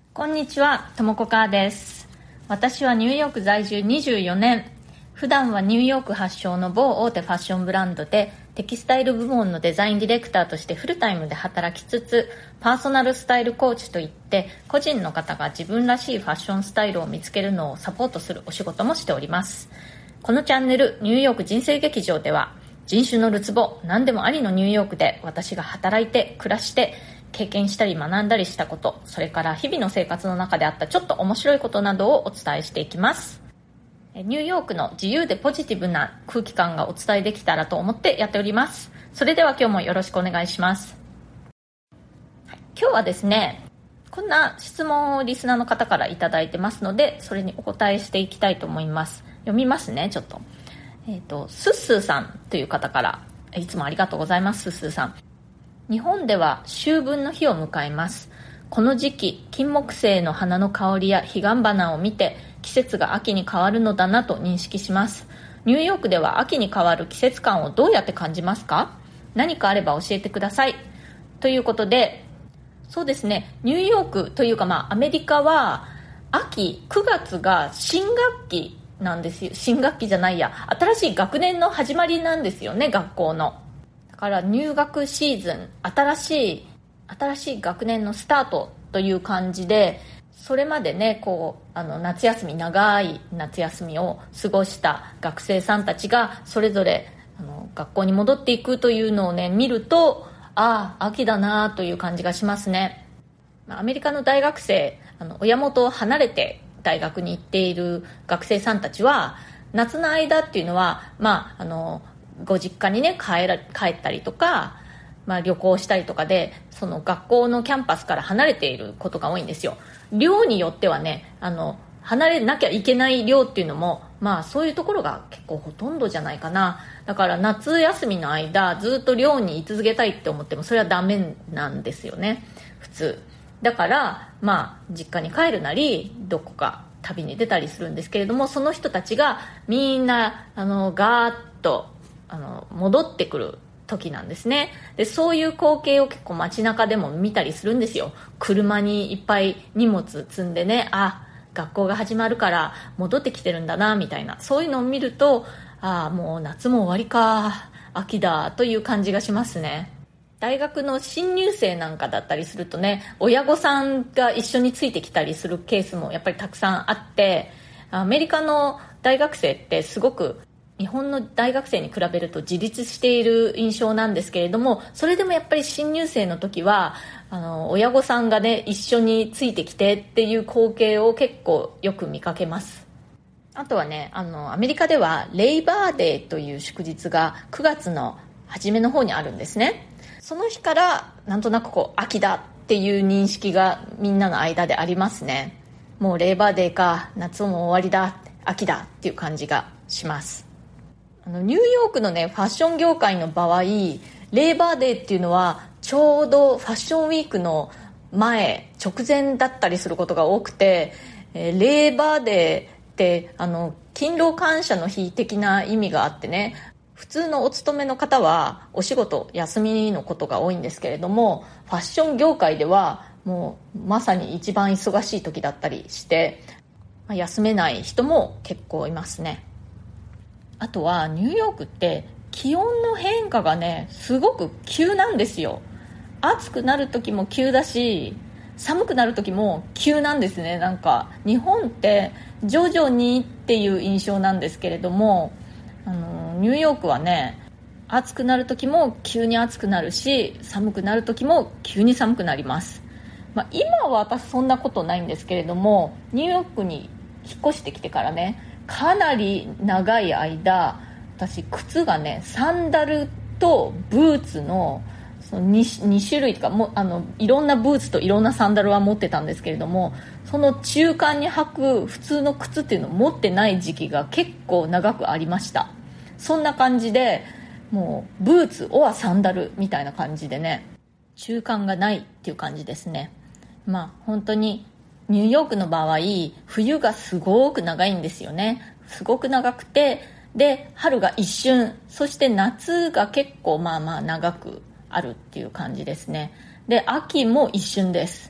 こんにちは、ともこかーです。私はニューヨーク在住24年。普段はニューヨーク発祥の某大手ファッションブランドでテキスタイル部門のデザインディレクターとしてフルタイムで働きつつ、パーソナルスタイルコーチといって個人の方が自分らしいファッションスタイルを見つけるのをサポートするお仕事もしております。このチャンネルニューヨーク人生劇場では、人種のるつぼ何でもありのニューヨークで私が働いて暮らして経験したり学んだりしたこと、それから日々の生活の中であったちょっと面白いことなどをお伝えしていきます。ニューヨークの自由でポジティブな空気感がお伝えできたらと思ってやっております。それでは今日もよろしくお願いします。今日はですね、こんな質問をリスナーの方からいただいてますので、それにお答えしていきたいと思います。読みますね、ちょっと。スッスーさんという方から、いつもありがとうございます。スッスーさん。日本では秋分の日を迎えます。この時期、金木犀の花の香りや彼岸花を見て季節が秋に変わるのだなと認識します。ニューヨークでは秋に変わる季節感をどうやって感じますか？何かあれば教えてください。ということで、そうですね、ニューヨークというかアメリカは秋9月が新学期なんですよ。新学期じゃないや、新しい学年の始まりなんですよね、学校の。だから入学シーズン、新しい学年のスタートという感じで、それまでね、夏休み、長い夏休みを過ごした学生さんたちがそれぞれ学校に戻っていくというのをね、見ると、秋だなという感じがしますね。アメリカの大学生、親元を離れて大学に行っている学生さんたちは、夏の間っていうのはご実家にね帰ったりとか、旅行したりとかで、その学校のキャンパスから離れていることが多いんですよ。寮によってはね、離れなきゃいけない寮っていうのもそういうところが結構ほとんどじゃないかな。だから夏休みの間ずっと寮に居続けたいって思ってもそれはダメなんですよね、普通。だから実家に帰るなりどこか旅に出たりするんですけれども、その人たちがみんなガーッと戻ってくる時なんですね。で、そういう光景を結構街中でも見たりするんですよ。車にいっぱい荷物積んでね、学校が始まるから戻ってきてるんだなみたいな、そういうのを見ると、もう夏も終わりか、秋だという感じがしますね。大学の新入生なんかだったりするとね、親御さんが一緒についてきたりするケースもやっぱりたくさんあって、アメリカの大学生ってすごく日本の大学生に比べると自立している印象なんですけれども、それでもやっぱり新入生の時は親御さんがね一緒についてきてっていう光景を結構よく見かけます。あとはね、アメリカではレイバーデーという祝日が9月の初めの方にあるんですね。その日からなんとなく秋だっていう認識がみんなの間でありますね。もうレイバーデーか、夏も終わりだ、秋だっていう感じがします。ニューヨークのねファッション業界の場合、レイバーデーっていうのはちょうどファッションウィークの直前だったりすることが多くて、レイバーデーって勤労感謝の日的な意味があってね、普通のお勤めの方はお仕事休みのことが多いんですけれども、ファッション業界ではもうまさに一番忙しい時だったりして、休めない人も結構いますね。あとはニューヨークって気温の変化がねすごく急なんですよ。暑くなる時も急だし、寒くなる時も急なんですね。なんか日本って徐々にっていう印象なんですけれども、ニューヨークはね、暑くなる時も急に暑くなるし、寒くなる時も急に寒くなります。今は私そんなことないんですけれども、ニューヨークに引っ越してきてからね、かなり長い間私靴がね、サンダルとブーツのその 2種類とかも、いろんなブーツといろんなサンダルは持ってたんですけれども、その中間に履く普通の靴っていうのを持ってない時期が結構長くありました。そんな感じで、もうブーツオアサンダルみたいな感じでね、中間がないっていう感じですね。本当にニューヨークの場合、冬がすごく長いんですよね。すごく長くて、で春が一瞬、そして夏が結構長くあるっていう感じですね。で秋も一瞬です。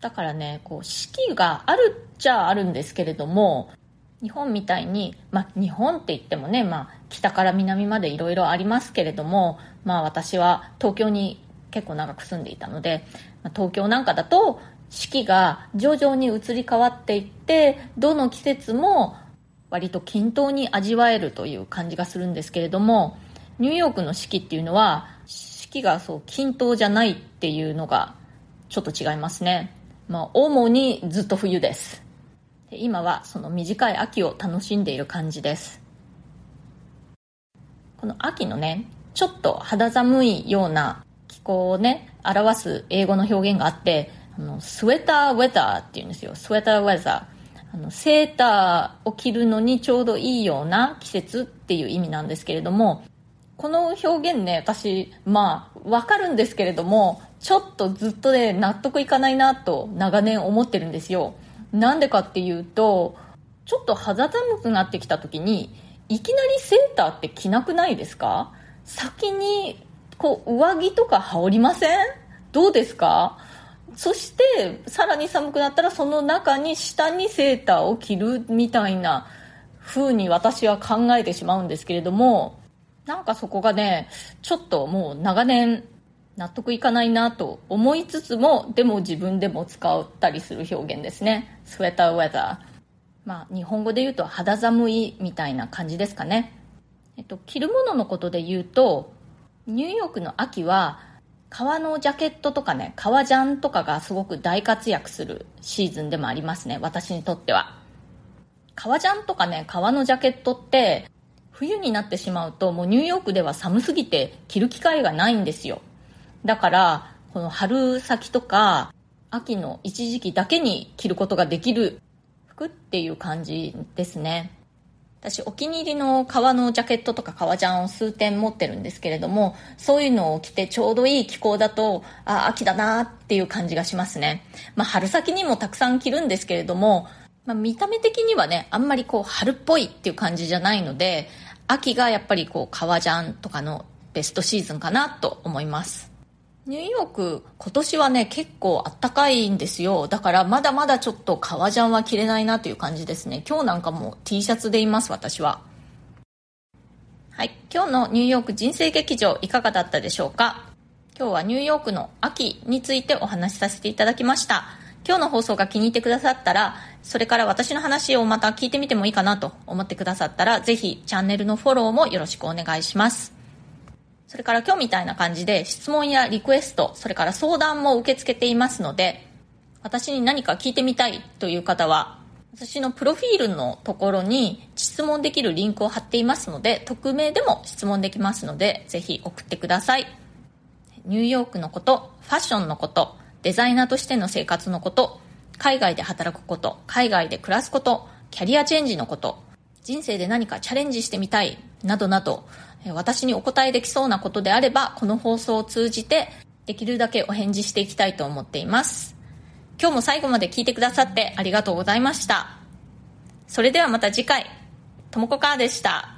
だからね、四季があるっちゃあるんですけれども、日本みたいに、日本って言ってもね、北から南までいろいろありますけれども、私は東京に結構長く住んでいたので、東京なんかだと四季が徐々に移り変わっていって、どの季節も割と均等に味わえるという感じがするんですけれども、ニューヨークの四季っていうのは四季が均等じゃないっていうのがちょっと違いますね。主にずっと冬です。で、今はその短い秋を楽しんでいる感じです。この秋のね、ちょっと肌寒いような気候をね表す英語の表現があって、スウェターウェザーっていうんですよ。スウェターウェザー、セーターを着るのにちょうどいいような季節っていう意味なんですけれども、この表現ね、私わかるんですけれども、ちょっとずっとね納得いかないなと長年思ってるんですよ。なんでかっていうと、ちょっと肌寒くなってきた時にいきなりセーターって着なくないですか？先に上着とか羽織りません？どうですか？そしてさらに寒くなったらその中に下にセーターを着るみたいな風に私は考えてしまうんですけれども、なんかそこがねちょっともう長年納得いかないなと思いつつも、でも自分でも使ったりする表現ですね。スウェターウェザー、日本語で言うと肌寒いみたいな感じですかね。着るもののことで言うと、ニューヨークの秋は革のジャケットとかね、革ジャンとかがすごく大活躍するシーズンでもありますね、私にとっては。革ジャンとかね、革のジャケットって冬になってしまうともうニューヨークでは寒すぎて着る機会がないんですよ。だからこの春先とか秋の一時期だけに着ることができる服っていう感じですね。私お気に入りの革のジャケットとか革ジャンを数点持ってるんですけれども、そういうのを着てちょうどいい気候だと秋だなっていう感じがしますね。春先にもたくさん着るんですけれども、見た目的にはねあんまり春っぽいっていう感じじゃないので、秋がやっぱり革ジャンとかのベストシーズンかなと思います。ニューヨーク今年はね結構暖かいんですよ。だからまだまだちょっと革ジャンは着れないなという感じですね。今日なんかも T シャツでいます私は。はい、今日のニューヨーク人生劇場いかがだったでしょうか。今日はニューヨークの秋についてお話しさせていただきました。今日の放送が気に入ってくださったら、それから私の話をまた聞いてみてもいいかなと思ってくださったら、ぜひチャンネルのフォローもよろしくお願いします。それから今日みたいな感じで質問やリクエスト、それから相談も受け付けていますので、私に何か聞いてみたいという方は、私のプロフィールのところに質問できるリンクを貼っていますので、匿名でも質問できますので、ぜひ送ってください。ニューヨークのこと、ファッションのこと、デザイナーとしての生活のこと、海外で働くこと、海外で暮らすこと、キャリアチェンジのこと、人生で何かチャレンジしてみたいなどなど、私にお答えできそうなことであれば、この放送を通じてできるだけお返事していきたいと思っています。今日も最後まで聞いてくださってありがとうございました。それではまた次回、ともこかーでした。